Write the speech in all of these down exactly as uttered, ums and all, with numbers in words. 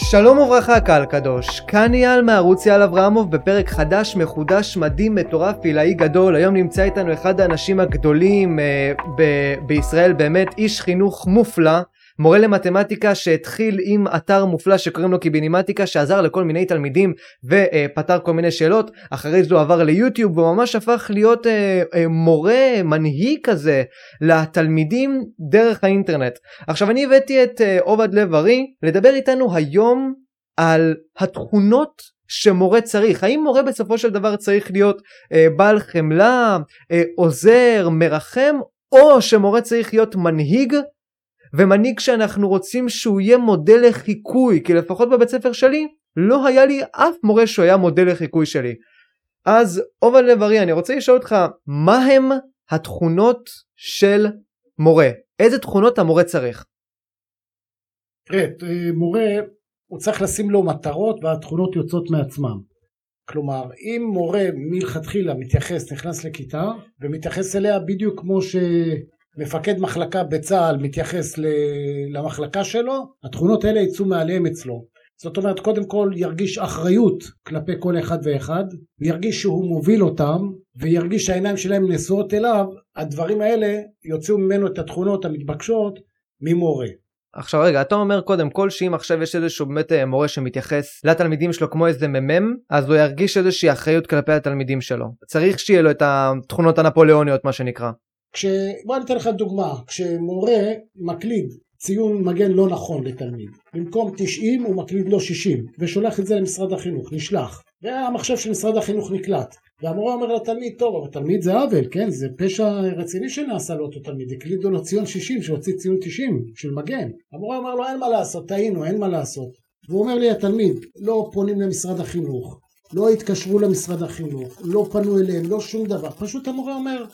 שלום וברכה קהל קדוש, כאן אייל מערוץ אייל אברהמוב בפרק חדש, מחודש, מדהים, מטורף, עילאי גדול. היום נמצא איתנו אחד האנשים הגדולים אה, ב- בישראל, באמת איש חינוך מופלא, מורה למתמטיקה שהתחיל עם אתר מופלא שקוראים לו קיבינימטיקה, שעזר לכל מיני תלמידים ופתר כל מיני שאלות. אחרי זה הוא עבר ליוטיוב וממש הפך להיות אה, אה, מורה, מנהיג כזה לתלמידים דרך האינטרנט. עכשיו אני הבאתי את אה, עובד לב-ארי לדבר איתנו היום על התכונות שמורה צריך. האם מורה בסופו של דבר צריך להיות אה, בעל חמלה, אה, עוזר, מרחם, או שמורה צריך להיות מנהיג, ומנהיג שאנחנו רוצים שהוא יהיה מודל לחיקוי, כי לפחות בבית ספר שלי לא היה לי אף מורה שהוא היה מודל לחיקוי שלי. אז עובד לב-ארי, אני רוצה לשאול אותך, מה הם התכונות של מורה? איזה תכונות המורה צריך? תראה, מורה הוא צריך לשים לו מטרות והתכונות יוצאות מעצמם. כלומר, אם מורה מלכתחילה מתייחס, נכנס לכיתה ומתייחס אליה בדיוק כמו ש... מפקד מחלקה בצה"ל מתייחס למחלקה שלו, התכונות האלה יצאו מעליהם אצלו. זאת אומרת, קודם כל ירגיש אחריות כלפי כל אחד ואחד, וירגיש שהוא מוביל אותם, וירגיש שהעיניים שלהם נשואות אליו. הדברים האלה יוציאו ממנו את התכונות המתבקשות ממורה. עכשיו רגע, אתה אומר קודם כל שאם עכשיו יש איזשהו באמת מורה שמתייחס לתלמידים שלו כמו איזה ממם, אז הוא ירגיש איזושהי אחריות כלפי התלמידים שלו. צריך שיהיה לו את התכונות הנפוליאוניות, מה שנקרא. כש... בוא ניתן לך דוגמה, כשמורה מקליד ציון מגן לא נכון לתלמיד, במקום תשעים הוא מקליד לו שישים, ושולח את זה למשרד החינוך, נשלח, והמחשב של משרד החינוך נקלט, והמורה אומר לתלמיד, טוב, אבל תלמיד זה עוול, כן, זה פשע רציני שנעשה לאותו תלמיד, הקליד לו ציון שישים, שהוציא ציון תשעים של מגן. המורה אומר לו, אין מה לעשות, טעינו, אין מה לעשות. והוא אומר לי, התלמיד, לא פונים למשרד החינוך, לא התקשרו למשרד החינוך, לא פנו אליהם, לא שום דבר. פשוט המורה אומר,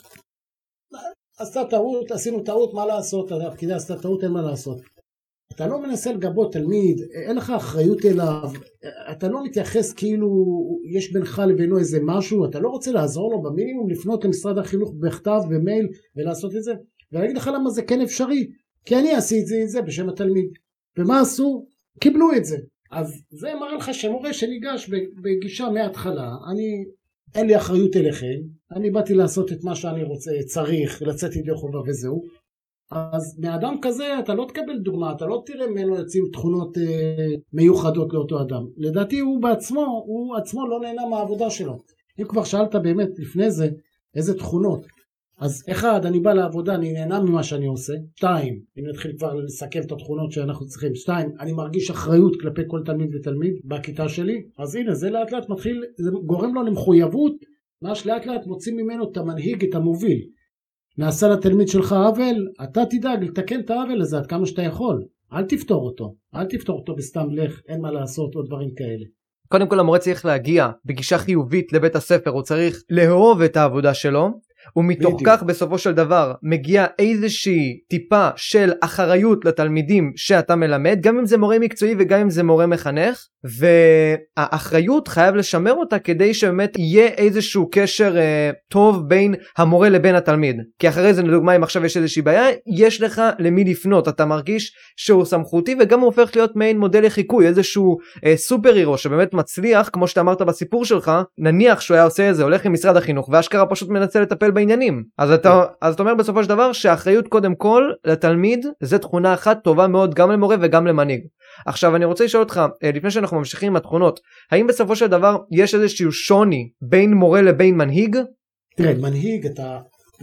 עשתה טעות, עשינו טעות, מה לעשות? הפקידה עשתה טעות, אין מה לעשות. אתה לא מנסה לגבות תלמיד, אין לך אחריות אליו, אתה לא מתייחס כאילו יש בינך לבינו איזה משהו, אתה לא רוצה לעזור לו במינימום לפנות למשרד החינוך בכתב, במייל, ולעשות את זה. ואני אגיד לך למה זה כן אפשרי, כי אני עשיתי את זה, את זה בשם התלמיד. ומה עשו? קיבלו את זה. אז זה מראה לך שמורה שניגש בגישה מההתחלה, אני... אין לי אחריות אליכם, אני באתי לעשות את מה שאני רוצה, צריך, לצאת ידי חובה וזהו. אז מאדם כזה אתה לא תקבל דוגמה, אתה לא תראה ממנו יוצאים תכונות אה, מיוחדות לאותו אדם. לדעתי הוא בעצמו, הוא עצמו לא נהנה מהעבודה שלו. אם כבר שאלת באמת לפני זה איזה תכונות, אז אחד, אני בא לעבודה, אני נהנה ממה שאני עושה. שתיים, אם נתחיל כבר לסכם את התכונות שאנחנו צריכים. שתיים, אני מרגיש אחריות כלפי כל תלמיד ותלמיד בכיתה שלי. אז הנה, זה לאט לאט מתחיל, זה גורם לו למחויבות, מה שלאט לאט מוצאים ממנו את המנהיג, את המוביל. נעשה לתלמיד שלך עוול, אתה תדאג לתקן את העוול הזה עד כמה שאתה יכול. אל תפתור אותו, אל תפתור אותו בסתם לך, אין מה לעשות או דברים כאלה. קודם כל המורה צריך להגיע בגישה חיובית לבית הספר, הוא צריך לאהוב את העבודה שלו. ומתוך בדיוק. כך בסופו של דבר מגיע איזושהי טיפה של אחריות לתלמידים שאתה מלמד, גם אם זה מורה מקצועי וגם אם זה מורה מחנך, והאחריות חייב לשמר אותה כדי שבאמת יהיה איזשהו קשר אה, טוב בין המורה לבין התלמיד. כי אחרי זה לדוגמה אם עכשיו יש איזושהי בעיה, יש לך למי לפנות, אתה מרגיש שהוא סמכותי, וגם הוא הופך להיות מעין מודל לחיקוי, איזשהו אה, סופר הירו שבאמת מצליח, כמו שאתה אמרת בסיפור שלך, נניח שהוא היה עושה איזה, הולך עם משרד החינוך ואשכרה פשוט מנסה לטפל בעניינים. אז אתה, אז אתה אומר בסופו של דבר שהאחריות קודם כל לתלמיד זה תכונה אחת טובה מאוד גם למורה וגם למנהיג. עכשיו אני רוצה לשאול אותך, לפני שאנחנו ממשיכים עם התכונות, האם בסופו של דבר יש איזשהו שוני בין מורה לבין מנהיג? תראה, מנהיג, אתה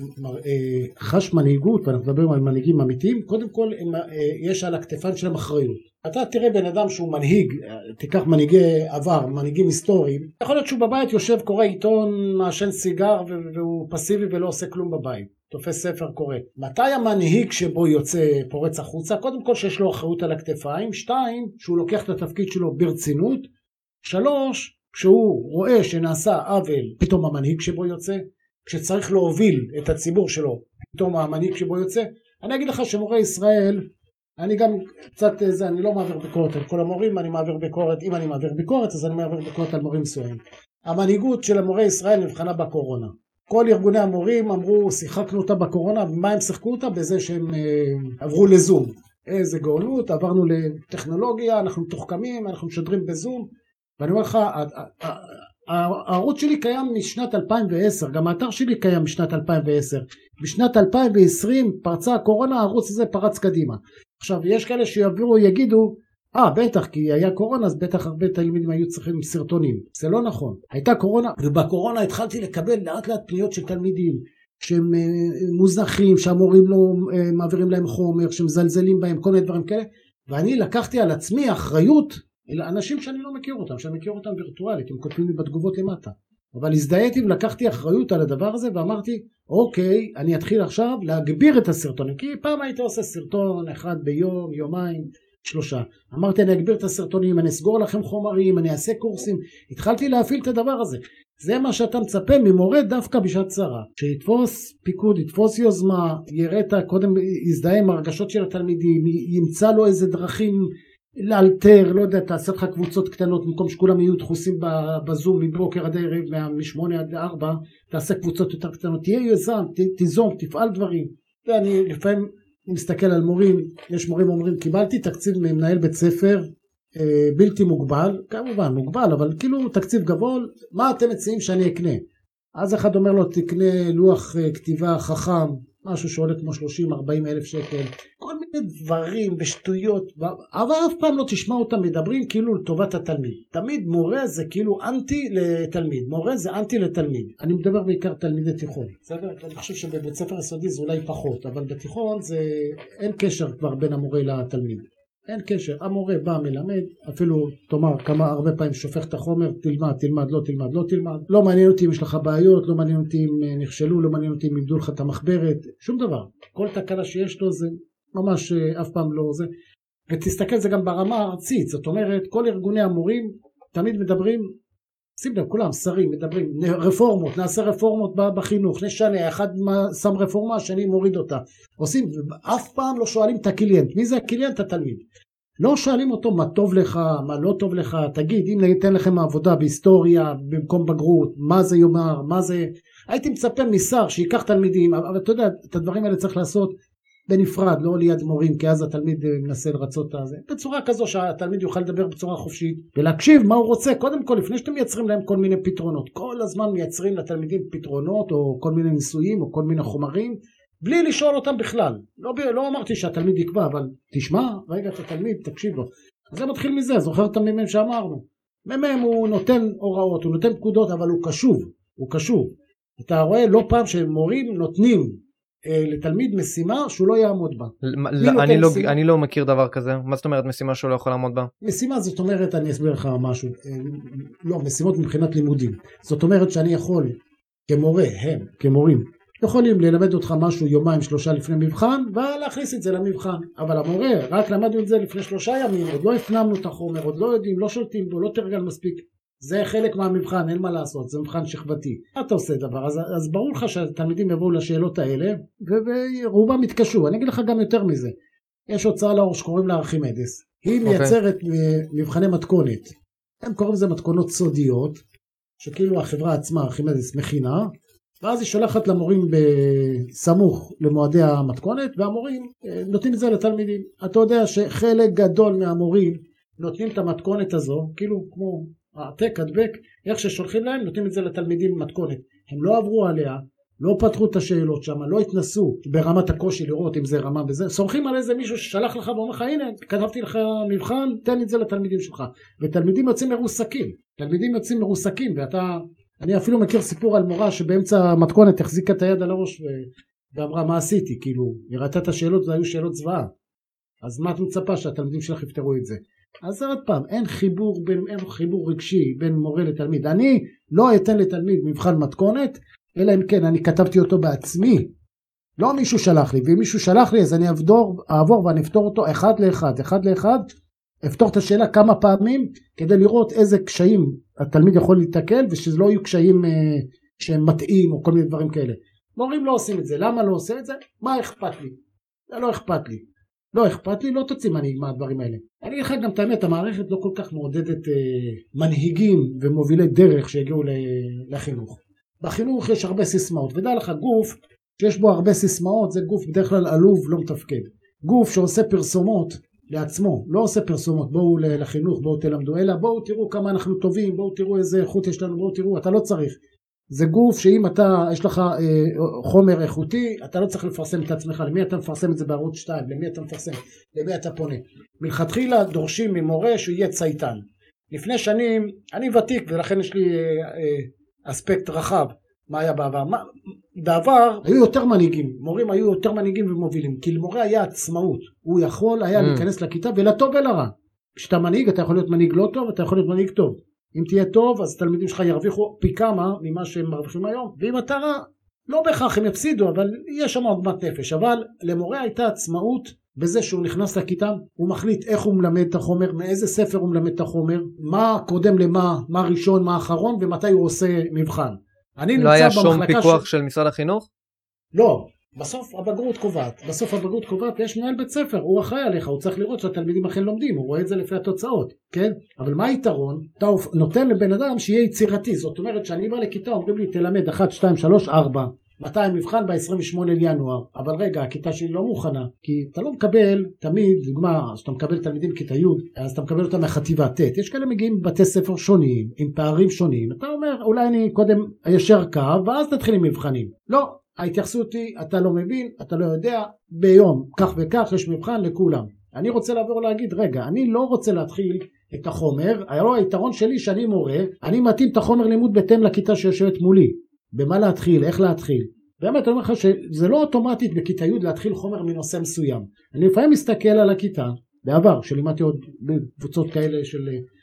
חש מנהיגות, ואנחנו מדברים על מנהיגים אמיתיים, קודם כל יש על הכתפיים שלהם אחריות. אתה תראה בן אדם שהוא מנהיג, תיקח מנהיגי עבר, מנהיגים היסטוריים, יכול להיות שהוא בבית יושב, קורא עיתון, מעשן סיגר, והוא פסיבי ולא עושה כלום בבית. תופס ספר קורא. מתי המנהיג שבו יוצא פורץ החוצה? קודם כל שיש לו אחריות על הכתפיים. שתיים, שהוא לוקח את התפקיד שלו ברצינות. שלוש, כשהוא רואה שנעשה עוול, פתאום המנהיג שבו יוצא. כשצריך להוביל את הציבור שלו, פתאום המנהיג שבו יוצא. אני אגיד לך שמורה ישראל, אני גם קצת זה, אני לא מעביר ביקורת על כל המורים, אני מעביר ביקורת, אם אני מעביר ביקורת, אז אני מעביר ביקורת על מורים מסוימים. המנהיגות של המורה ישראל נבחנה בקורונה. כל ארגוני המורים אמרו, שיחקנו אותה בקורונה, ומה הם שיחקו אותה? בזה שהם אה, עברו לזום. איזה גאונות, עברנו לטכנולוגיה, אנחנו מתוחכמים, אנחנו משדרים בזום, ואני אומר לך, הערוץ שלי קיים משנת אלפיים ועשר, גם האתר שלי קיים משנת אלפיים ועשר, בשנת אלפיים ועשרים פרצה הקורונה, הערוץ הזה פרץ קדימה. עכשיו יש כאלה שיביאו יגידו, אה בטח כי היה קורונה אז בטח הרבה תלמידים היו צריכים סרטונים, זה לא נכון, הייתה קורונה ובקורונה התחלתי לקבל לאט לאט פניות של תלמידים שהם מוזנחים, שהמורים לא מעבירים להם חומר, שמזלזלים בהם, כל מיני דברים כאלה, ואני לקחתי על עצמי אחריות לאנשים שאני לא מכיר אותם, שאני מכיר אותם וירטואלית, הם כותבים לי בתגובות למטה, אבל הזדהיתי ולקחתי אחריות על הדבר הזה ואמרתי אוקיי, אני אתחיל עכשיו להגביר את הסרטונים, כי פעם הייתי עושה סרטון אחד ביום, יומיים, שלושה, אמרתי אני אגביר את הסרטונים, אני אסגור לכם חומרים, אני אעשה קורסים, התחלתי להפעיל את הדבר הזה. זה מה שאתה מצפה ממורה דווקא בשעת צרה, שיתפוס פיקוד, יתפוס יוזמה, יראה את קודם, יזדהה עם הרגשות של התלמידים, ימצא לו איזה דרכים לאלתר, לא יודע, תעשה לך קבוצות קטנות, במקום שכולם יהיו דחוסים בזום מבוקר עד ערב, משמונה עד ארבע, תעשה קבוצות יותר קטנות, תהיה יזם, תיזום, תפעל דברים. ואני לפעמים מסתכל על מורים, יש מורים אומרים, קיבלתי תקציב ממנהל בית ספר, בלתי מוגבל, כמובן מוגבל, אבל כאילו תקציב גבול, מה אתם מציעים שאני אקנה? אז אחד אומר לו, תקנה לוח כתיבה חכם, משהו שעולה כמו שלושים ארבעים אלף שקל, כל מיני דברים ושטויות, אבל אף פעם לא תשמע אותם מדברים כאילו לטובת התלמיד. תמיד מורה זה כאילו אנטי לתלמיד, מורה זה אנטי לתלמיד. אני מדבר בעיקר תלמידי תיכון, בסדר? אני חושב שבבית ספר יסודי זה אולי פחות, אבל בתיכון זה אין קשר כבר בין המורה לתלמיד. אין קשר, המורה בא מלמד, אפילו תאמר כמה הרבה פעמים שופך את החומר, תלמד, תלמד, לא תלמד, לא תלמד, לא מעניין אותי אם יש לך בעיות, לא מעניין אותי אם נכשלו, לא מעניין אותי אם ימדו לך את המחברת, שום דבר, כל תקלה שיש לו זה ממש אף פעם לא זה, ותסתכל זה גם ברמה הארצית, זאת אומרת כל ארגוני המורים תמיד מדברים, שים לב, כולם שרים מדברים, רפורמות, נעשה רפורמות בחינוך, נשנה, אחד שם רפורמה, השני מוריד אותה, עושים, אף פעם לא שואלים את הקליינט, מי זה הקליינט? התלמיד. לא שואלים אותו מה טוב לך, מה לא טוב לך, תגיד, אם ניתן לכם עבודה בהיסטוריה, במקום בגרות, מה זה יאמר, מה זה, הייתי מצפה משר שיקח תלמידים, אבל אתה יודע, את הדברים האלה צריך לעשות בנפרד, לא ליד מורים, כי אז התלמיד מנסה לרצות את זה, בצורה כזו שהתלמיד יוכל לדבר בצורה חופשית, ולהקשיב מה הוא רוצה, קודם כל, לפני שאתם מייצרים להם כל מיני פתרונות, כל הזמן מייצרים לתלמידים פתרונות, או כל מיני ניסויים, או כל מיני חומרים, בלי לשאול אותם בכלל, לא, לא אמרתי שהתלמיד יקבע, אבל תשמע, רגע את התלמיד, תקשיב לו, זה מתחיל מזה, זוכר את המ"מ שאמרנו, מ"מ הוא נותן הוראות, הוא נותן פקודות, אבל הוא קשוב, הוא קשוב, אתה רואה לא פעם שמורים נותנים, לתלמיד משימה שהוא לא יעמוד בה. אני לא, אני לא מכיר דבר כזה. מה זאת אומרת משימה שהוא לא יכול לעמוד בה? משימה זאת אומרת, אני אסביר לך משהו, לא, משימות מבחינת לימודים. זאת אומרת שאני יכול, כמורה, הם, כמורים, יכולים ללמד אותך משהו יומיים שלושה לפני מבחן, ולהכניס את זה למבחן. אבל המורה, רק למדנו את זה לפני שלושה ימים, עוד לא הפנמנו את החומר, עוד לא יודעים, לא שולטים בו, לא תרגל מספיק. זה חלק מהמבחן, אין מה לעשות, זה מבחן שכבתי. מה אתה עושה דבר? אז, אז ברור לך שהתלמידים יבואו לשאלות האלה, ורובם יתקשו. אני אגיד לך גם יותר מזה. יש הוצאה לאור שקוראים לה ארכימדס. היא מייצרת okay. מבחני מתכונת. הם קוראים לזה מתכונות סודיות, שכאילו החברה עצמה, ארכימדס, מכינה, ואז היא שולחת למורים בסמוך למועדי המתכונת, והמורים נותנים את זה לתלמידים. אתה יודע שחלק גדול מהמורים נותנים את המתכונת הזו, כאילו כמו העתק, הדבק, איך ששולחים להם, נותנים את זה לתלמידים במתכונת. הם לא עברו עליה, לא פתחו את השאלות שם, לא התנסו ברמת הקושי לראות אם זה רמה בזה, סומכים על איזה מישהו ששלח לך ואומר לך, הנה, כתבתי לך מבחן, תן את זה לתלמידים שלך. ותלמידים יוצאים מרוסקים, תלמידים יוצאים מרוסקים, ואתה, אני אפילו מכיר סיפור על מורה שבאמצע המתכונת החזיקה את היד על הראש ו... ואמרה, מה עשיתי? כאילו, הראתה את השאלות, זה היו שאלות זוועה. אז מה את מצפה שהתלמידים שלך יפתרו את זה? אז עוד פעם, אין חיבור, בין, אין חיבור רגשי בין מורה לתלמיד. אני לא אתן לתלמיד מבחן מתכונת, אלא אם כן, אני כתבתי אותו בעצמי. לא מישהו שלח לי, ואם מישהו שלח לי, אז אני אעבור, אעבור ואני אפתור אותו אחד לאחד, אחד לאחד, אפתור את השאלה כמה פעמים, כדי לראות איזה קשיים התלמיד יכול להתקל, ושזה לא יהיו קשיים אה, שהם מטעים, או כל מיני דברים כאלה. מורים לא עושים את זה, למה לא עושה את זה? מה אכפת לי? זה לא אכפת לי. לא אכפת לי, לא תוציא מנהיג מהדברים האלה. אני אגיד לך גם את האמת, המערכת לא כל כך מעודדת אה, מנהיגים ומובילי דרך שהגיעו לחינוך. בחינוך יש הרבה סיסמאות, ודע לך גוף שיש בו הרבה סיסמאות, זה גוף בדרך כלל עלוב, לא מתפקד. גוף שעושה פרסומות לעצמו, לא עושה פרסומות, בואו לחינוך, בואו תלמדו, אלא בואו תראו כמה אנחנו טובים, בואו תראו איזה איכות יש לנו, בואו תראו, אתה לא צריך. זה גוף שאם אתה, יש לך אה, חומר איכותי, אתה לא צריך לפרסם את עצמך, למי אתה מפרסם את זה בערוץ שתיים, למי אתה מפרסם, למי אתה פונה. מלכתחילה דורשים ממורה שהוא יהיה צייתן. לפני שנים, אני ותיק ולכן יש לי אה, אה, אספקט רחב, מה היה בעבר. מה, בעבר היו יותר מנהיגים, מורים היו יותר מנהיגים ומובילים, כי למורה היה עצמאות, הוא יכול היה mm. להיכנס לכיתה ולטוב ולרע. כשאתה מנהיג אתה יכול להיות מנהיג לא טוב, אתה יכול להיות מנהיג טוב. אם תהיה טוב אז תלמידים שלך ירוויחו פי כמה ממה שהם מרוויחים היום, ואם אתה רע לא בהכרח הם יפסידו, אבל יש שם עוגמת נפש. אבל למורה הייתה עצמאות בזה שהוא נכנס לכיתה, הוא מחליט איך הוא מלמד את החומר, מאיזה ספר הוא מלמד את החומר, מה קודם למה, מה ראשון, מה אחרון ומתי הוא עושה מבחן. אני לא היה שום פיקוח ש... של משרד החינוך? לא, בסוף הבגרות קובעת, בסוף הבגרות קובעת ויש מנהל בית ספר, הוא אחראי עליך, הוא צריך לראות שהתלמידים אכן לומדים, הוא רואה את זה לפי התוצאות, כן? אבל מה היתרון? אתה נותן לבן אדם שיהיה יצירתי, זאת אומרת שאני בא לכיתה, אומרים לי תלמד אחת, שתיים, שלוש, ארבע, מתי מבחן ב-עשרים ושמונה לינואר, אבל רגע, הכיתה שלי לא מוכנה, כי אתה לא מקבל תמיד, דוגמה, שאתה מקבל תלמידים כיתה י', אז אתה מקבל אותם מהחטיבה ט', יש כאלה מגיעים בבתי ספר שונים, עם פערים שונים, אתה אומר, אולי אני קודם איישר קו, ואז נתחיל עם מבחנים. לא, ההתייחסות היא, אתה לא מבין, אתה לא יודע, ביום, כך וכך, יש מבחן לכולם. אני רוצה לעבור להגיד, רגע, אני לא רוצה להתחיל את החומר, הרי היתרון שלי שאני מורה, אני מתאים את החומר לימוד בהתאם לכיתה שיושבת מולי. במה להתחיל, איך להתחיל. באמת אני אומר לך שזה לא אוטומטית בכיתה י' להתחיל חומר מנושא מסוים. אני לפעמים מסתכל על הכיתה, בעבר, שלימדתי עוד בקבוצות כאלה של...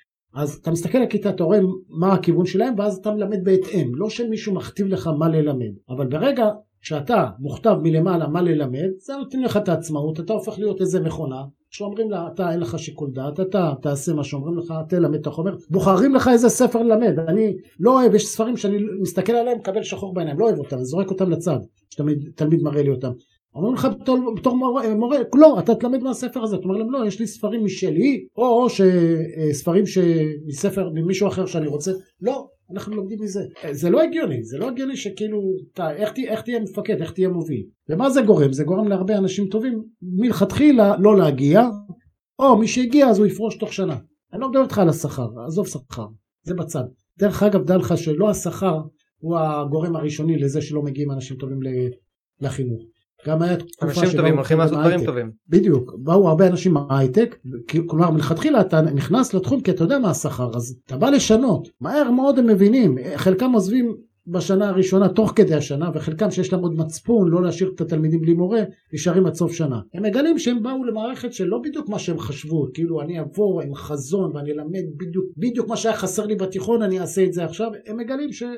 אז אתה מסתכל על הכיתה, אתה רואה מה הכיוון שלהם, ואז אתה מלמד בהתאם. לא שמישהו מכתיב לך מה ללמד. אבל ברגע שאתה מוכתב מלמעלה מה ללמד, זה נותן לך את העצמאות, אתה הופך להיות איזה מכונה, שאומרים לה, אתה אין לך שיקול דעת, אתה תעשה מה שאומרים לך, תלמד את החומר, בוחרים לך איזה ספר ללמד. אני לא אוהב, יש ספרים שאני מסתכל עליהם, מקבל שחור בעיניים, לא אוהב אותם, זורק אותם לצד, שתלמיד מראה לי אותם. אומרים לך בתור מורה, מורה, לא, אתה תלמד מהספר הזה, אתה אומר להם, לא, יש לי ספרים משלי, או ספרים מספר ממישהו אחר שאני רוצה, לא, אנחנו לומדים מזה. זה לא הגיוני, זה לא הגיוני שכאילו, איך, איך תהיה מפקד, איך תהיה מוביל. ומה זה גורם? זה גורם להרבה אנשים טובים, מלכתחילה לא להגיע, או מי שהגיע אז הוא יפרוש תוך שנה. אני לא מדבר איתך על השכר, עזוב שכר, זה בצד. דרך אגב, דע לך שלא השכר הוא הגורם הראשוני לזה שלא מגיעים אנשים טובים לחינוך. גם היה תקופה אנשים טובים הולכים לעשות דברים טובים. בדיוק, באו הרבה אנשים מההייטק, כלומר מלכתחילה אתה נכנס לתחום כי אתה יודע מה השכר, אז אתה בא לשנות, מהר מאוד הם מבינים, חלקם עוזבים בשנה הראשונה תוך כדי השנה, וחלקם שיש להם עוד מצפון לא להשאיר את התלמידים בלי מורה, נשארים עד סוף שנה. הם מגלים שהם באו למערכת שלא בדיוק מה שהם חשבו, כאילו אני אבוא עם חזון ואני אלמד בדיוק, בדיוק מה שהיה חסר לי בתיכון, אני אעשה את זה עכשיו. הם מגלים ש...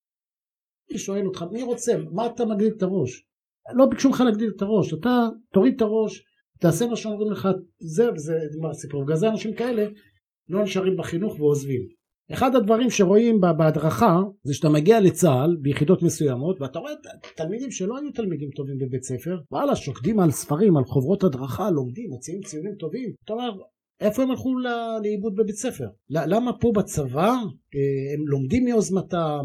אני שואל אותך, מי רוצה? מה אתה מגדיל את הראש? לא ביקשו לך להגדיל את הראש, אתה תוריד את הראש, תעשה מה שאומרים לך, זה וזה מה סיפור. בגלל זה אנשים כאלה לא נשארים בחינוך ועוזבים. אחד הדברים שרואים בהדרכה, זה שאתה מגיע לצה"ל ביחידות מסוימות, ואתה רואה תלמידים שלא היו תלמידים טובים בבית ספר, וואלה, שוקדים על ספרים, על חוברות הדרכה, לומדים, מוציאים ציונים טובים. אתה אומר, איפה הם הלכו לאיבוד בבית ספר? למה פה בצבא הם לומדים מיוזמתם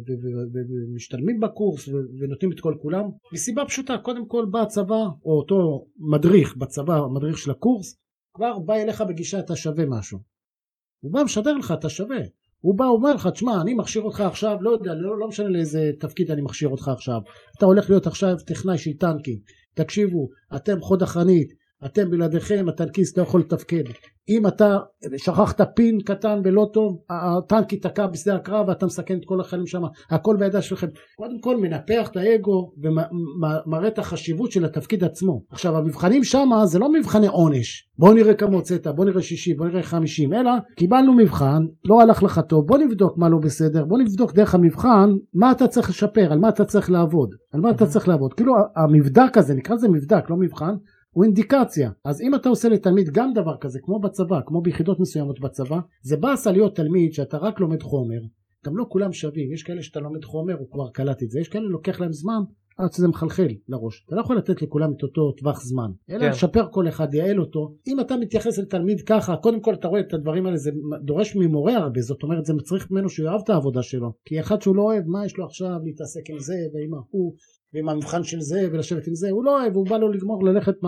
ומשתלמים בקורס ונותנים את כל כולם? מסיבה פשוטה, קודם כל בא הצבא, או אותו מדריך בצבא, מדריך של הקורס, כבר בא אליך בגישה אתה שווה משהו. הוא בא משדר לך אתה שווה. הוא בא אומר לך, תשמע, אני מכשיר אותך עכשיו, לא יודע, לא, לא משנה לאיזה תפקיד אני מכשיר אותך עכשיו. אתה הולך להיות עכשיו טכנאי של טנקים. תקשיבו, אתם חוד החנית. אתם בלעדיכם, הטנקיסט לא יכול לתפקד. אם אתה שכחת פין קטן ולא טוב, הטנק יתקע בשדה הקרב ואתה מסכן את כל החיילים שם, הכל בידיים שלכם. קודם כל מנפח את האגו ומראה את החשיבות של התפקיד עצמו. עכשיו המבחנים שם זה לא מבחני עונש, בוא נראה כמה הוצאת, בוא נראה שישים, בוא נראה חמישים, אלא קיבלנו מבחן, לא הלך לך טוב, בוא נבדוק מה לא בסדר, בוא נבדוק דרך המבחן מה אתה צריך לשפר, על מה אתה צריך לעבוד, על מה אתה צריך לעבוד. כאילו המבדק הזה, נקרא זה מבדק, לא מבחן, הוא אינדיקציה. אז אם אתה עושה לתלמיד גם דבר כזה, כמו בצבא, כמו ביחידות מסוימות בצבא, זה באסה להיות תלמיד שאתה רק לומד חומר, גם לא כולם שווים, יש כאלה שאתה לומד חומר, הוא כבר קלט את זה, יש כאלה לוקח להם זמן, עד שזה מחלחל לראש. אתה לא יכול לתת לכולם את אותו טווח זמן, אלא כן. לשפר כל אחד, יעל אותו. אם אתה מתייחס לתלמיד ככה, קודם כל אתה רואה את הדברים האלה, זה דורש ממורה הרבה, זאת אומרת, זה מצריך ממנו שהוא יאהב את העבודה שלו, כי אחד שהוא לא אוהב, מה יש לו עכשיו להתעסק עם זה, ועם ההוא, ועם המבחן של זה, ולשבת עם זה, הוא לא אוהב, הוא בא לו לגמור ללכת מה,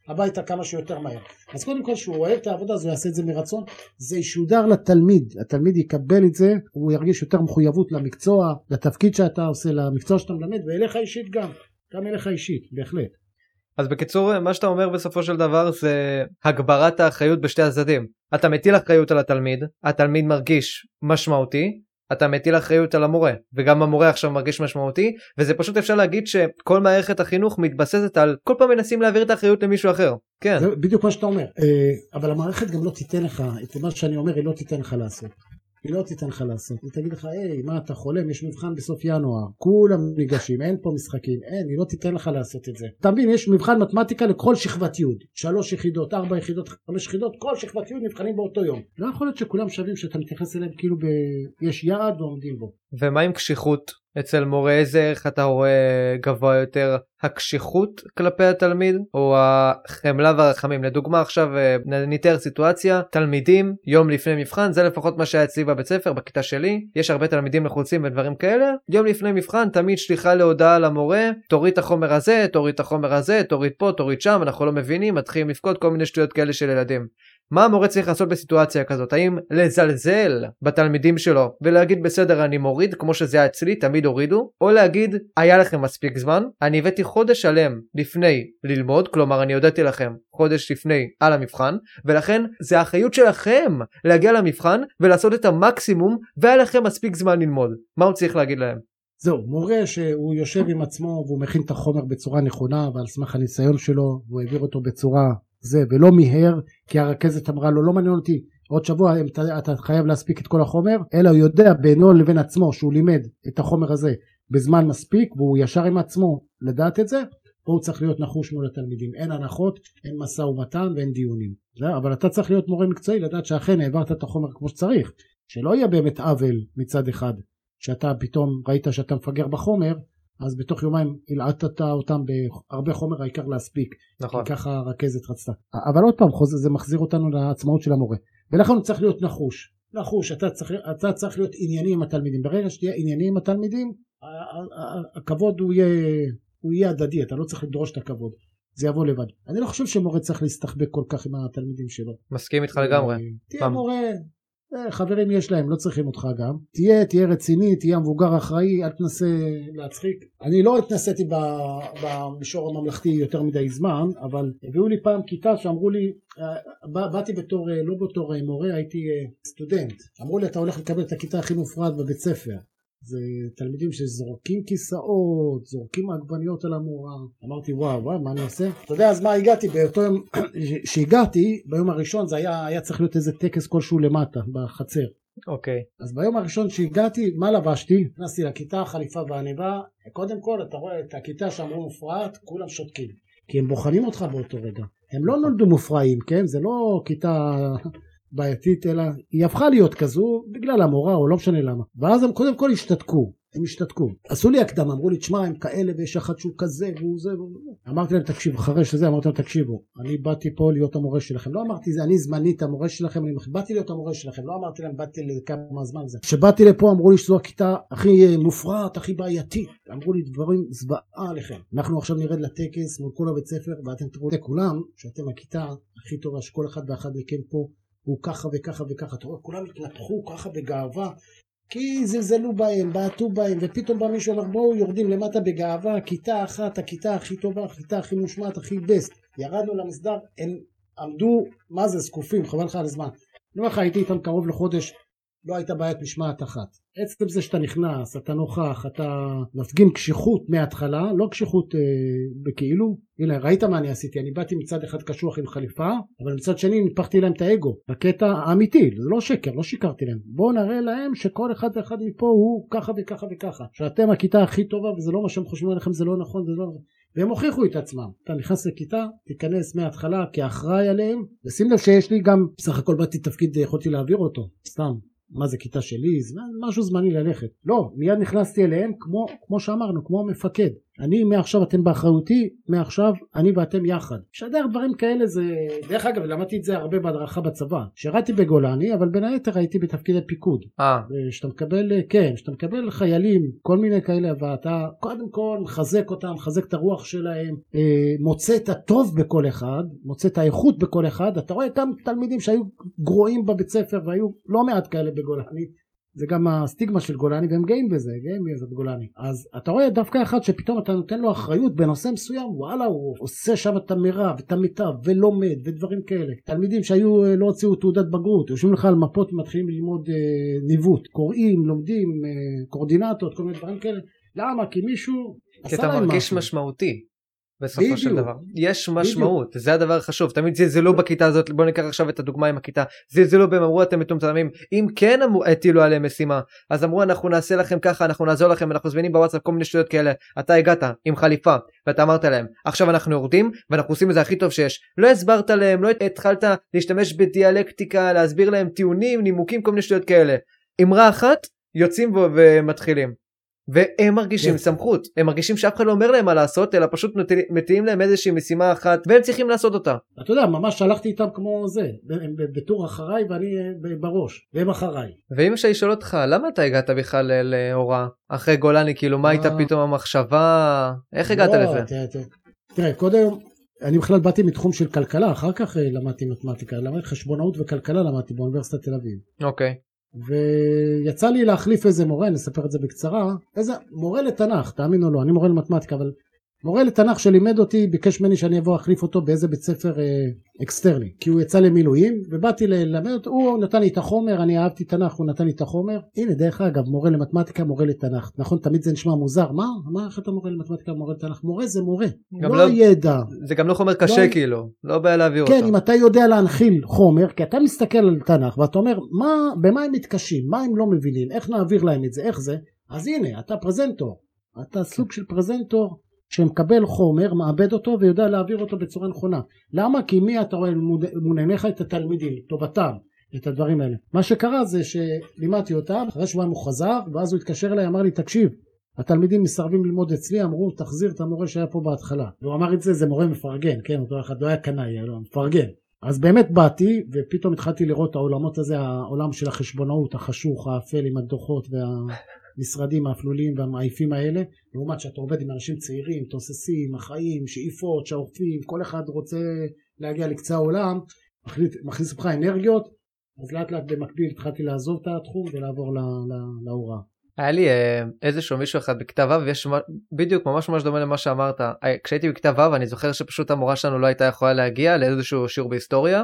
הביתה כמה שיותר מהר. אז קודם כל שהוא אוהב את העבודה, אז הוא יעשה את זה מרצון, זה ישודר לתלמיד, התלמיד יקבל את זה, הוא ירגיש יותר מחויבות למקצוע, לתפקיד שאתה עושה, למקצוע שאתה מלמד, ואליך אישית גם, גם אליך אישית, בהחלט. אז בקיצור, מה שאתה אומר בסופו של דבר זה הגברת האחריות בשתי הצדדים. אתה מטיל אחריות על התלמיד, התלמיד מרגיש משמעותי, אתה מטיל אחריות על המורה, וגם המורה עכשיו מרגיש משמעותי, וזה פשוט אפשר להגיד שכל מערכת החינוך מתבססת על כל פעם מנסים להעביר את האחריות למישהו אחר. כן. זה בדיוק מה שאתה אומר. אבל המערכת גם לא תיתן לך, את מה שאני אומר, היא לא תיתן לך לעשות. היא לא תיתן לך לעשות. היא תגיד לך, היי, מה אתה חולם? יש מבחן בסוף ינואר. כולם ניגשים, אין פה משחקים. אין, היא לא תיתן לך לעשות את זה. אתה מבין, יש מבחן מתמטיקה לכל שכבת י'. שלוש יחידות, ארבע יחידות, חמש יחידות, כל שכבת י' נבחנים באותו יום. לא יכול להיות שכולם שווים שאתה מתייחס אליהם כאילו ב... יש יעד ועומדים בו. ומה עם קשיחות? אצל מורה איזה ערך אתה רואה גבוה יותר, הקשיחות כלפי התלמיד או החמלה והרחמים? לדוגמה עכשיו נתאר סיטואציה, תלמידים יום לפני מבחן, זה לפחות מה שהיה אצלי בבית ספר, בכיתה שלי, יש הרבה תלמידים לחוצים ודברים כאלה, יום לפני מבחן תמיד שליחה להודעה למורה, תוריד את החומר הזה, תוריד את החומר הזה, תוריד פה, תוריד שם, אנחנו לא מבינים, מתחילים לפקוד כל מיני שטויות כאלה של ילדים. מה המורה צריך לעשות בסיטואציה כזאת? האם לזלזל בתלמידים שלו ולהגיד בסדר אני מוריד כמו שזה היה אצלי תמיד הורידו, או להגיד היה לכם מספיק זמן, אני הבאתי חודש שלם לפני ללמוד, כלומר אני הודעתי לכם חודש לפני על המבחן, ולכן זה האחריות שלכם להגיע למבחן ולעשות את המקסימום והיה לכם מספיק זמן ללמוד. מה הוא צריך להגיד להם? זהו, מורה שהוא יושב עם עצמו והוא מכין את החומר בצורה נכונה ועל סמך הניסיון שלו והוא העביר אותו בצורה זה ולא מהר, כי הרכזת אמרה לו לא מעניין אותי עוד שבוע אתה, אתה חייב להספיק את כל החומר, אלא הוא יודע בינו לבין עצמו שהוא לימד את החומר הזה בזמן מספיק והוא ישר עם עצמו לדעת את זה, פה הוא צריך להיות נחוש מול התלמידים, אין הנחות, אין מסע ומתן ואין דיונים. זה, אבל אתה צריך להיות מורה מקצועי לדעת שאכן העברת את החומר כמו שצריך, שלא יהיה באמת עוול מצד אחד שאתה פתאום ראית שאתה מפגר בחומר, אז בתוך יומיים הלעטת אותם בהרבה חומר, העיקר להספיק. נכון. כי ככה הרכזת רצתה. אבל עוד פעם, זה מחזיר אותנו לעצמאות של המורה. ולכן הוא צריך להיות נחוש. נחוש, אתה צריך, אתה צריך להיות ענייני עם התלמידים. ברגע שתהיה ענייני עם התלמידים, הכבוד הוא יהיה, הוא יהיה הדדי, אתה לא צריך לדרוש את הכבוד. זה יבוא לבד. אני לא חושב שמורה צריך להסתחבק כל כך עם התלמידים שלו. מסכים איתך לגמרי. תהיה מורה... חברים יש להם, לא צריכים אותך גם. תהיה, תהיה רציני, תהיה מבוגר אחראי, אל תנסה להצחיק. אני לא התנסיתי במישור הממלכתי יותר מדי זמן, אבל הביאו לי פעם כיתה שאמרו לי, באתי בתור, לא בתור מורה, הייתי סטודנט. אמרו לי, אתה הולך לקבל את הכיתה הכי מופרד בבית ספר. זה תלמידים שזורקים כיסאות, זורקים עגבניות על המורה. אמרתי וואו וואו מה אני עושה? אתה יודע אז מה הגעתי באותו יום שהגעתי ביום הראשון זה היה, היה צריך להיות איזה טקס כלשהו למטה בחצר. אוקיי. אז ביום הראשון שהגעתי מה לבשתי? נכנסתי לכיתה חליפה ועניבה. קודם כל אתה רואה את הכיתה שאמרו מופרעת כולם שותקים כי הם בוחנים אותך באותו רגע. הם לא נולדו מופרעים כן זה לא כיתה בעייתית, אלא היא הפכה להיות כזו בגלל המורה או לא משנה למה. ואז הם קודם כל השתתקו, הם השתתקו. עשו לי הקדם, אמרו לי, תשמע, הם כאלה ויש אחד שהוא כזה והוא זה. אמרתי להם, תקשיב, אחרי שזה, אמרתי להם, תקשיבו, אני באתי פה להיות המורה שלכם. לא אמרתי זה, אני זמנית המורה שלכם, אני באתי להיות המורה שלכם. לא אמרתי להם, באתי לכמה זמן זה. כשבאתי לפה, אמרו לי שזו הכיתה הכי מופרעת, הכי בעייתית. אמרו לי דברים זוועה עליכם. אנחנו עכשיו נרד לטקס מול כל הבית ספר, ואתם תראו לכולם שאתם הכיתה הכי טובה שכל אחד ואחד מכם פה הוא ככה וככה וככה, אתה רואה, כולם התנתחו ככה בגאווה, כי זלזלו בהם, בעטו בהם, ופתאום בא מישהו אומר, בואו יורדים למטה בגאווה, כיתה אחת, הכיתה הכי טובה, הכיתה הכי מושמעת, הכי בסט, ירדנו למסדר, הם עמדו, מה זה, זקופים, חבל לך על הזמן. אני אומר לך, הייתי איתם קרוב לחודש, לא הייתה בעיית משמעת אחת. עצם זה שאתה נכנס, אתה נוכח, אתה מפגין קשיחות מההתחלה, לא קשיחות אה, בכאילו. הנה, ראית מה אני עשיתי? אני באתי מצד אחד קשוח עם חליפה, אבל מצד שני נפחתי להם את האגו, בקטע האמיתי, זה לא שקר, לא שיקרתי להם. בואו נראה להם שכל אחד ואחד מפה הוא ככה וככה וככה. שאתם הכיתה הכי טובה, וזה לא מה שהם חושבים עליכם, זה לא נכון, זה לא... והם הוכיחו את עצמם. אתה נכנס לכיתה, תיכנס מההתחלה כאחראי עליהם, ושים לב שיש לי גם, בסך הכל באתי תפקיד, יכולתי להעביר אותו, סתם. מה זה כיתה שלי? זה משהו זמני ללכת. לא, מיד נכנסתי אליהם כמו, כמו שאמרנו, כמו המפקד. אני מעכשיו אתם באחריותי, מעכשיו אני ואתם יחד. שדר דברים כאלה זה, דרך אגב למדתי את זה הרבה בהדרכה בצבא. שירתי בגולני אבל בין היתר הייתי בתפקידי פיקוד. אה. שאתה מקבל, כן, שאתה מקבל חיילים, כל מיני כאלה, ואתה קודם כל מחזק אותם, מחזק את הרוח שלהם, מוצא את הטוב בכל אחד, מוצא את האיכות בכל אחד. אתה רואה גם תלמידים שהיו גרועים בבית ספר והיו לא מעט כאלה בגולני. זה גם הסטיגמה של גולני והם גאים בזה, גאים בזה בגולני. אז אתה רואה דווקא אחד שפתאום אתה נותן לו אחריות בנושא מסוים, וואלה הוא עושה שם את המירב, את המיטב ולומד ודברים כאלה. תלמידים שהיו לא הוציאו תעודת בגרות, יושבים לך על מפות ומתחילים ללמוד אה, ניווט, קוראים, לומדים, אה, קורדינטות, כל מיני דברים כאלה. למה? כי מישהו כי אתה מרגיש משמעותי. בסופו של דבר יש משמעות, זה הדבר החשוב. תמיד זלזלו בכיתה הזאת, בוא ניקח עכשיו את הדוגמה עם הכיתה, זלזלו בהם, אמרו אתם מטומטמים, אם כן הטילו עליהם משימה, אז אמרו אנחנו נעשה לכם ככה, אנחנו נעזור לכם, אנחנו זמינים בוואטסאפ כל מיני שטויות כאלה. אתה הגעת עם חליפה ואתה אמרת להם עכשיו אנחנו יורדים ואנחנו עושים את זה הכי טוב שיש, לא הסברת להם, לא התחלת להשתמש בדיאלקטיקה, להסביר להם טיעונים, נימוקים, כל מיני שטויות כאלה. אמרה אחת יוצאים ומתחילים, והם מרגישים סמכות, הם מרגישים שאף אחד לא אומר להם מה לעשות, אלא פשוט מטיעים להם איזושהי משימה אחת, והם צריכים לעשות אותה. אתה יודע, ממש הלכתי איתם כמו זה, הם בתור אחריי ואני בראש, והם אחריי. ואם אפשר לשאול אותך, למה אתה הגעת בכלל להוראה? אחרי גולני, כאילו, מה הייתה פתאום המחשבה? איך הגעת לזה? תראה, קודם, אני בכלל באתי מתחום של כלכלה, אחר כך למדתי מתמטיקה, למדתי חשבונאות וכלכלה, למדתי באוניברסיטת תל אביב. אוקיי. ויצא לי להחליף איזה מורה, נספר את זה בקצרה, איזה מורה לתנ"ך, תאמין או לא, אני מורה למתמטיקה, אבל מורה לתנ"ך שלימד אותי, ביקש ממני שאני אבוא להחליף אותו באיזה בית ספר אה, אקסטרני, כי הוא יצא למילואים, ובאתי ללמד אותו, הוא נתן לי את החומר, אני אהבתי תנ"ך, הוא נתן לי את החומר, הנה דרך אגב, מורה למתמטיקה, מורה לתנ"ך, נכון, תמיד זה נשמע מוזר, מה? מה, איך אתה מורה למתמטיקה, מורה לתנ"ך? מורה זה מורה, לא, לא ידע. זה גם לא חומר קשה לא, כאילו, לא בעיה להעביר כן, אותו. כן, אם אתה יודע להנחיל חומר, כי אתה מסתכל על תנ"ך, ואתה אומר, מה, במה הם מתקשים, מה הם לא מבינים, איך נעביר להם את זה, איך זה, אז הנה, אתה פרזנטור, אתה סוג של פרזנטור, שמקבל חומר, מעבד אותו ויודע להעביר אותו בצורה נכונה. למה? כי מי אתה רואה מול עיניך את התלמידים, טובתם, את הדברים האלה. מה שקרה זה שלימדתי אותם, אחרי שבועיים הוא חזר, ואז הוא התקשר אליי, אמר לי, תקשיב, התלמידים מסרבים ללמוד אצלי, אמרו, תחזיר את המורה שהיה פה בהתחלה. והוא אמר את זה, זה מורה מפרגן, כן, אותו אחד לא היה קנאי, לא, מפרגן. אז באמת באתי, ופתאום התחלתי לראות את העולמות הזה, העולם של החשבונאות, החשוך, האפל עם הדוחות וה... משרדים האפלוליים והמעיפים האלה, לעומת שאתה עובד עם אנשים צעירים, תוססים, החיים, שאיפות, שעופים, כל אחד רוצה להגיע לקצה העולם, מכניס לך אנרגיות, אז לאט לאט במקביל התחלתי לעזוב את התחום ולעבור להוראה. היה לי איזשהו מישהו אחד בכתב ו' ויש בדיוק ממש ממש דומה למה שאמרת, כשהייתי בכתב ו' אני זוכר שפשוט המורה שלנו לא הייתה יכולה להגיע לאיזשהו שיעור בהיסטוריה,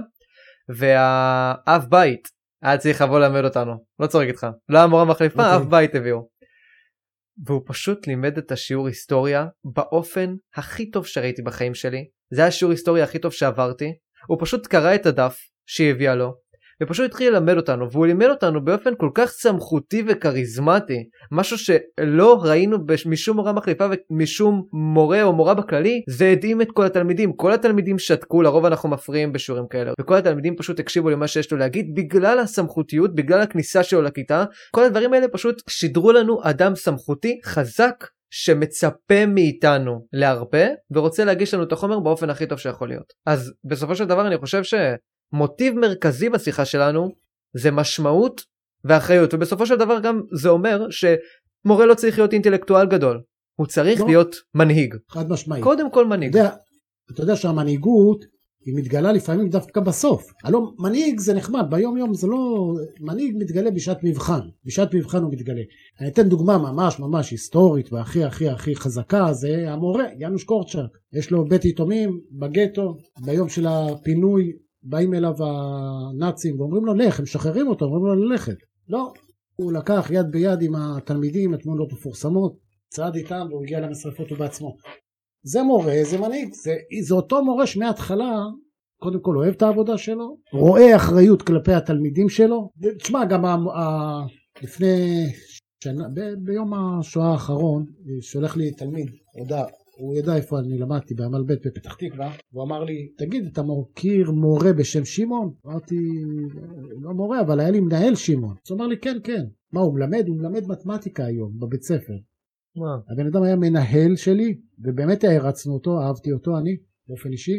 והאב בית היה צריך לבוא ללמד אותנו, לא צורק איתך, לא המורה מחליפה, אף בית הביאו. והוא פשוט לימד את השיעור היסטוריה באופן הכי טוב שראיתי בחיים שלי, זה היה השיעור היסטוריה הכי טוב שעברתי, הוא פשוט קרא את הדף שהיא הביאה לו, ופשוט התחיל ללמד אותנו, והוא לימד אותנו באופן כל כך סמכותי וכריזמטי, משהו שלא ראינו משום מורה מחליפה ומשום מורה או מורה בכללי, זה הדהים את כל התלמידים, כל התלמידים שתקו, לרוב אנחנו מפריעים בשיעורים כאלה, וכל התלמידים פשוט הקשיבו למה שיש לו להגיד, בגלל הסמכותיות, בגלל הכניסה שלו לכיתה, כל הדברים האלה פשוט שידרו לנו אדם סמכותי, חזק, שמצפה מאיתנו להרבה, ורוצה להגיש לנו את החומר באופן הכי טוב שיכול להיות. אז בסופו של דבר אני חושב ש... מוטיב מרכזי בשיחה שלנו זה משמעות ואחריות, ובסופו של דבר גם זה אומר שמורה לא צריך להיות אינטלקטואל גדול, הוא צריך לא. להיות מנהיג. חד משמעית. קודם כל מנהיג. אתה יודע, אתה יודע שהמנהיגות היא מתגלה לפעמים דווקא בסוף. הלוא מנהיג זה נחמד, ביום יום זה לא... מנהיג מתגלה בשעת מבחן, בשעת מבחן הוא מתגלה. אני אתן דוגמה ממש ממש היסטורית והכי הכי הכי חזקה, זה המורה, יאנוש קורצ'אק. יש לו בית יתומים בגטו, ביום של הפינוי, באים אליו הנאצים ואומרים לו לך, הם משחררים אותו, אומרים לו ללכת. לא, הוא לקח יד ביד עם התלמידים, התמונות מפורסמות, צעד איתם והוא הגיע למשרפות הוא בעצמו. זה מורה, זה מנהיג, זה, זה אותו מורה שמההתחלה, קודם כל אוהב את העבודה שלו, רואה אחריות כלפי התלמידים שלו. תשמע, גם ה, ה, לפני שנה, ב, ביום השואה האחרון, שולח לי תלמיד, הודעה, הוא ידע איפה אני למדתי בעמל ב' בפתח תקווה, הוא אמר לי, תגיד, אתה מכיר מורה בשם שמעון? אמרתי, לא מורה, אבל היה לי מנהל שמעון. אז הוא אמר לי, כן, כן. מה, הוא מלמד? הוא מלמד מתמטיקה היום בבית ספר. מה? הבן אדם היה מנהל שלי, ובאמת הרצנו אותו, אהבתי אותו אני, באופן אישי,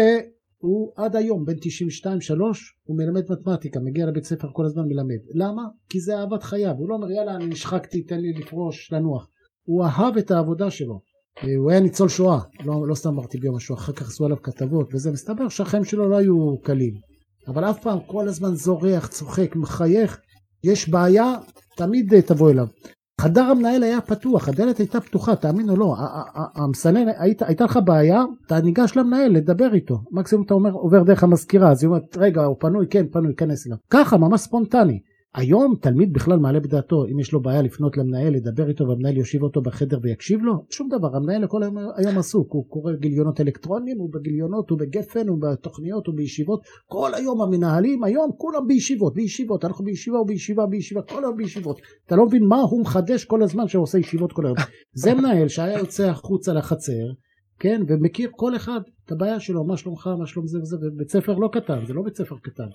והוא עד היום, בין תשעים ושתיים שלוש, הוא מלמד מתמטיקה, מגיע לבית ספר כל הזמן מלמד. למה? כי זה אהבת חייו, הוא לא אומר, יאללה, אני נשחקתי, תן לי לפרוש, לנוח. הוא אהב את העבודה שלו. הוא היה ניצול שואה, לא, לא סתם אמרתי ביום השואה, אחר כך עשו עליו כתבות, וזה מסתבר שהחיים שלו לא היו קלים. אבל אף פעם כל הזמן זורח, צוחק, מחייך, יש בעיה, תמיד תבוא אליו. חדר המנהל היה פתוח, הדלת הייתה פתוחה, תאמין או לא, המסנן, הייתה לך בעיה, אתה ניגש למנהל לדבר איתו, מקסימום אתה אומר, עובר דרך המזכירה, אז היא אומרת, רגע, הוא פנוי, כן, פנוי, כנס אליו. ככה, ממש ספונטני. היום תלמיד בכלל מעלה בדעתו, אם יש לו בעיה לפנות למנהל, לדבר איתו, והמנהל יושיב אותו בחדר ויקשיב לו, שום דבר, המנהל לכל היום, היום עסוק, הוא קורא גיליונות אלקטרונים, הוא בגיליונות, הוא בגפן, הוא בתוכניות, הוא בישיבות, כל היום המנהלים, היום כולם בישיבות, בישיבות, אנחנו בישיבה או בישיבה, בישיבה, כל היום בישיבות, אתה לא מבין מה הוא מחדש כל הזמן שהוא עושה ישיבות כל היום, זה מנהל שהיה יוצא החוצה לחצר, כן, ומכיר כל אחד את הבעיה שלו, מה שלומך, מה שלום זה וזה, ובית ספר לא קטן, זה לא בית ספר קטן.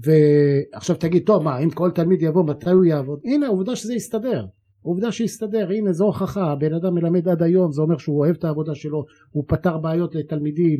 ועכשיו תגיד, טוב, מה, אם כל תלמיד יבוא, מתי הוא יעבוד? הנה, העובדה שזה יסתדר. העובדה שיסתדר, הנה, זו הוכחה, הבן אדם מלמד עד היום, זה אומר שהוא אוהב את העבודה שלו, הוא פתר בעיות לתלמידים,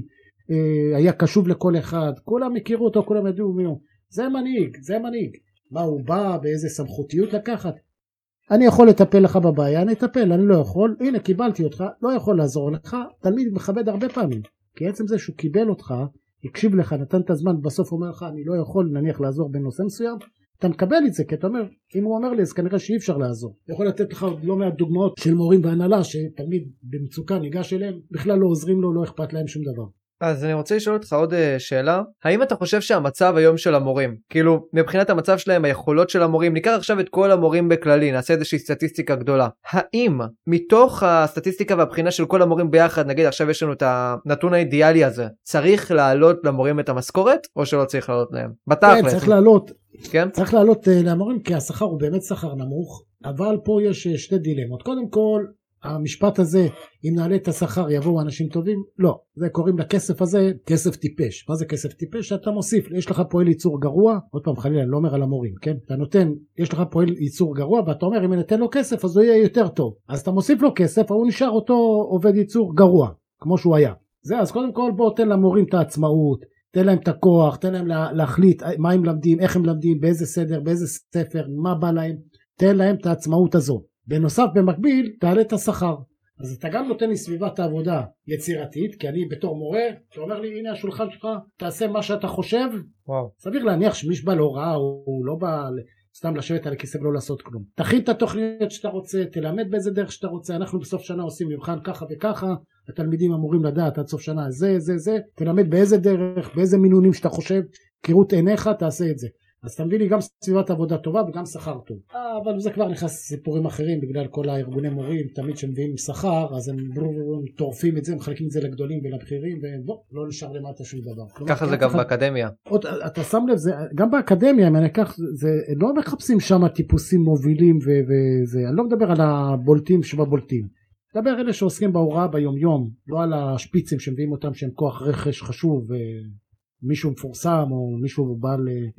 היה קשוב לכל אחד, כולם הכירו אותו, כולם ידעו מי הוא. זה מנהיג, זה מנהיג. מה, הוא בא באיזה סמכותיות לקחת? אני יכול לטפל לך בבעיה, אני אטפל, אני לא יכול, הנה קיבלתי אותך, לא יכול לעזור לך, תלמיד מכבד הרבה פעמים, כי עצם זה שהוא קיבל אותך, הקשיב לך, נתן את הזמן, בסוף אומר לך, אני לא יכול נניח לעזור בנושא מסוים, אתה מקבל את זה, כי אתה אומר, אם הוא אומר לי, אז כנראה שאי אפשר לעזור. יכול לתת לך לא מעט דוגמאות של מורים בהנהלה, שתלמיד במצוקה ניגש אליהם, בכלל לא עוזרים לו, לא אכפת להם שום דבר. אז אני רוצה לשאול אותך עוד שאלה, האם אתה חושב שהמצב היום של המורים, כאילו מבחינת המצב שלהם, היכולות של המורים, ניקח עכשיו את כל המורים בכללי, נעשה איזושהי סטטיסטיקה גדולה, האם מתוך הסטטיסטיקה והבחינה של כל המורים ביחד, נגיד עכשיו יש לנו את הנתון האידיאלי הזה, צריך להעלות למורים את המשכורת, או שלא צריך להעלות להם? בתכל'ס. כן, צריך להעלות, כן? צריך להעלות למורים, כי השכר הוא באמת שכר נמוך, אבל פה יש שתי דילמות, קודם כל, המשפט הזה, אם נעלה את השכר יבואו אנשים טובים, לא, זה קוראים לכסף הזה כסף טיפש. מה זה כסף טיפש? שאתה מוסיף, יש לך פועל ייצור גרוע, עוד פעם חלילה, אני לא אומר על המורים, כן? אתה נותן, יש לך פועל ייצור גרוע, ואתה אומר אם ניתן לו כסף אז הוא יהיה יותר טוב, אז אתה מוסיף לו כסף, הוא נשאר אותו עובד ייצור גרוע, כמו שהוא היה. זה, אז קודם כל בוא תן למורים את העצמאות, תן להם את הכוח, תן להם להחליט מה הם למדים, איך הם למדים, באיזה סדר, באיזה ספר, מה בא להם, תן להם את העצמאות הזו. בנוסף, במקביל, תעלה את השכר. אז אתה גם נותן לי סביבת העבודה יצירתית, כי אני בתור מורה, אתה אומר לי, הנה השולחן שלך, תעשה מה שאתה חושב. וואו. סביר להניח שמי שבא להוראה, הוא לא בא סתם לשבת על הכיסא ולא לעשות כלום. תכין את התוכניות שאתה רוצה, תלמד באיזה דרך שאתה רוצה, אנחנו בסוף שנה עושים מבחן ככה וככה, התלמידים אמורים לדעת עד סוף שנה זה, זה, זה, תלמד באיזה דרך, באיזה מינונים שאתה חושב, כראות עיניך, תעשה את זה. אז תביא לי גם סביבת עבודה טובה וגם שכר טוב. אבל זה כבר נכנס סיפורים אחרים, בגלל כל הארגוני מורים, תמיד שמביאים שכר, אז הם טורפים את זה, מחלקים את זה לגדולים ולבכירים, ובוא, לא נשאר למטה שום דבר. ככה זה גם באקדמיה. אתה שם לב, גם באקדמיה, אם אני אקח, לא מחפשים שם טיפוסים מובילים וזה, אני לא מדבר על הבולטים שבבולטים. מדבר אלה שעוסקים בהוראה ביום יום, לא על השפיצים שמביאים אותם שהם כוח רכש חשוב מישהו מפורסם או מישהו בעל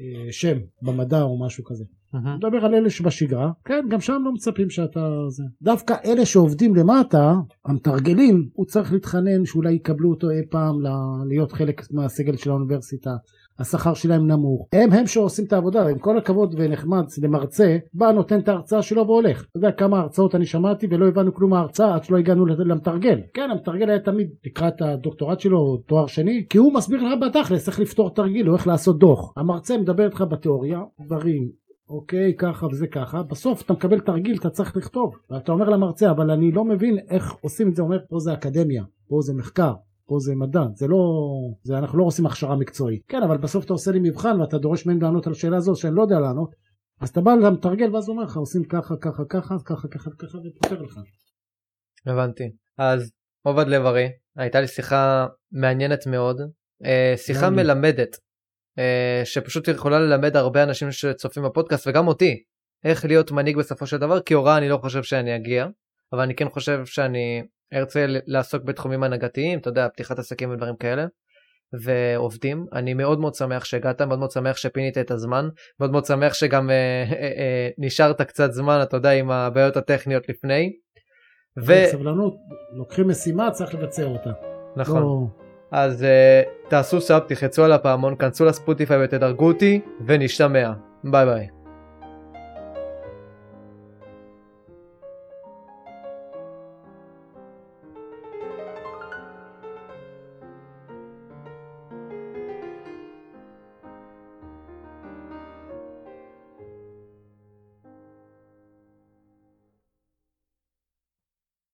שם במדע או משהו כזה. Uh-huh. מדבר על אלה שבשגרה, כן, גם שם לא מצפים שאתה זה. דווקא אלה שעובדים למטה, המתרגלים, הוא צריך להתחנן שאולי יקבלו אותו אי פעם להיות חלק מהסגל של האוניברסיטה. השכר שלהם נמוך. הם הם שעושים את העבודה, עם כל הכבוד ונחמד למרצה, בא נותן את ההרצאה שלו והולך. אתה יודע כמה הרצאות אני שמעתי ולא הבנו כלום מההרצאה עד שלא הגענו למתרגל. כן, המתרגל היה תמיד לקראת הדוקטורט שלו או תואר שני, כי הוא מסביר לך בתכלס איך לפתור תרגיל או איך לעשות דוח. המרצה מדבר איתך בתיאוריה, דברים, אוקיי, ככה וזה ככה, בסוף אתה מקבל תרגיל, אתה צריך לכתוב. ואתה אומר למרצה, אבל אני לא מבין איך עושים את זה, אומר, פה זה אקדמיה, פה זה מחקר. פה זה מדע, זה לא, זה אנחנו לא עושים הכשרה מקצועית. כן, אבל בסוף אתה עושה לי מבחן ואתה דורש מהם לענות על השאלה הזו שאני לא יודע לענות, אז אתה בא למתרגל ואז הוא אומר לך, עושים ככה, ככה, ככה, ככה, ככה, ככה, ופותר לך. הבנתי. אז עובד לב-ארי, הייתה לי שיחה מעניינת מאוד, שיחה מלמדת, שפשוט יכולה ללמד הרבה אנשים שצופים בפודקאסט וגם אותי, איך להיות מנהיג בסופו של דבר, כי הוראה אני לא חושב שאני אגיע, אבל אני כן חושב שאני ארצה לעסוק בתחומים הנהגתיים, אתה יודע, פתיחת עסקים ודברים כאלה, ועובדים. אני מאוד מאוד שמח שהגעת, מאוד מאוד שמח שפינית את הזמן, מאוד מאוד שמח שגם אה, אה, אה, נשארת קצת זמן, אתה יודע, עם הבעיות הטכניות לפני, ו... סבלנות, לוקחים משימה, צריך לבצע אותה. נכון. לא... אז uh, תעשו סאב, תחצו על הפעמון, כנסו לספוטיפיי ותדרגו אותי, ונשתמע. ביי ביי.